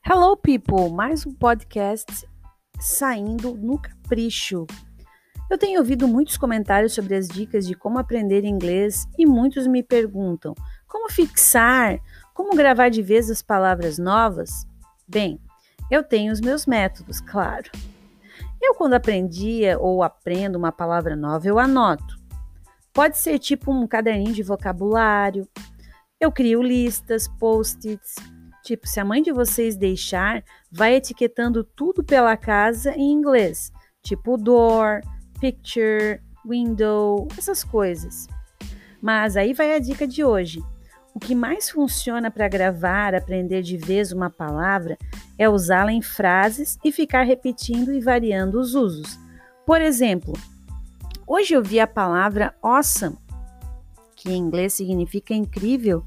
Hello, people! Mais um podcast saindo no capricho. Eu tenho ouvido muitos comentários sobre as dicas de como aprender inglês e muitos me perguntam como fixar, como gravar de vez as palavras novas. Bem, eu tenho os meus métodos, claro. Eu, quando aprendia ou aprendo uma palavra nova, eu anoto. Pode ser tipo um caderninho de vocabulário. Eu crio listas, post-its. Tipo, se a mãe de vocês deixar, vai etiquetando tudo pela casa em inglês. Tipo door, picture, window, essas coisas. Mas aí vai a dica de hoje. O que mais funciona para gravar, aprender de vez uma palavra, é usá-la em frases e ficar repetindo e variando os usos. Por exemplo, hoje eu vi a palavra awesome, que em inglês significa incrível.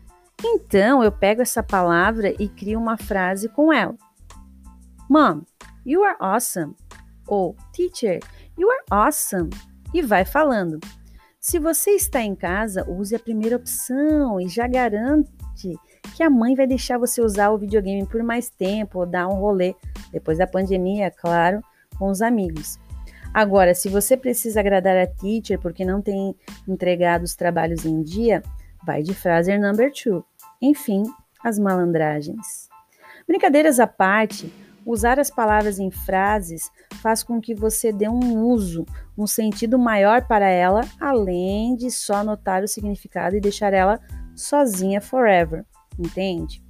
Então, eu pego essa palavra e crio uma frase com ela. Mom, you are awesome. Ou Teacher, you are awesome. E vai falando. Se você está em casa, use a primeira opção e já garante que a mãe vai deixar você usar o videogame por mais tempo ou dar um rolê, depois da pandemia, claro, com os amigos. Agora, se você precisa agradar a teacher porque não tem entregado os trabalhos em dia, vai de frase number 2. Enfim, as malandragens. Brincadeiras à parte, usar as palavras em frases faz com que você dê um uso, um sentido maior para ela, além de só anotar o significado e deixar ela sozinha forever, entende?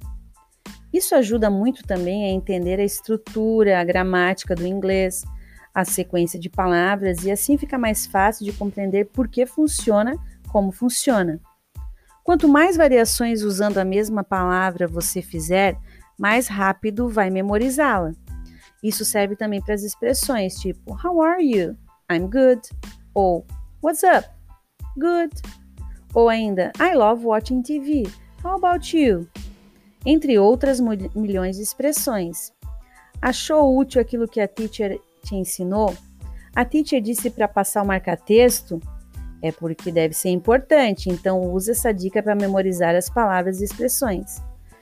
Isso ajuda muito também a entender a estrutura, a gramática do inglês, a sequência de palavras e assim fica mais fácil de compreender por que funciona como funciona. Quanto mais variações usando a mesma palavra você fizer, mais rápido vai memorizá-la. Isso serve também para as expressões tipo How are you? I'm good. Ou What's up? Good. Ou ainda I love watching TV. How about you? Entre outras milhões de expressões. Achou útil aquilo que a teacher te ensinou? A teacher disse para passar o marca-texto? É porque deve ser importante, então use essa dica para memorizar as palavras e expressões.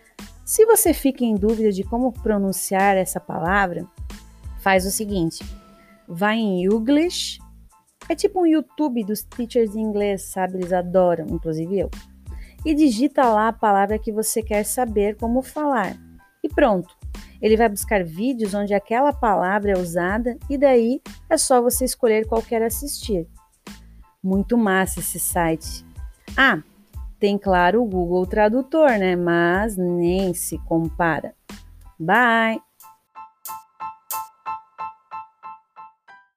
Se você fica em dúvida de como pronunciar essa palavra, faz o seguinte, vai em Youglish, é tipo um YouTube dos teachers de inglês, sabe? Eles adoram, inclusive eu. E digita lá a palavra que você quer saber como falar. E pronto, ele vai buscar vídeos onde aquela palavra é usada e daí é só você escolher qual quer assistir. Muito massa esse site. Ah, tem claro o Google Tradutor, né? Mas nem se compara. Bye!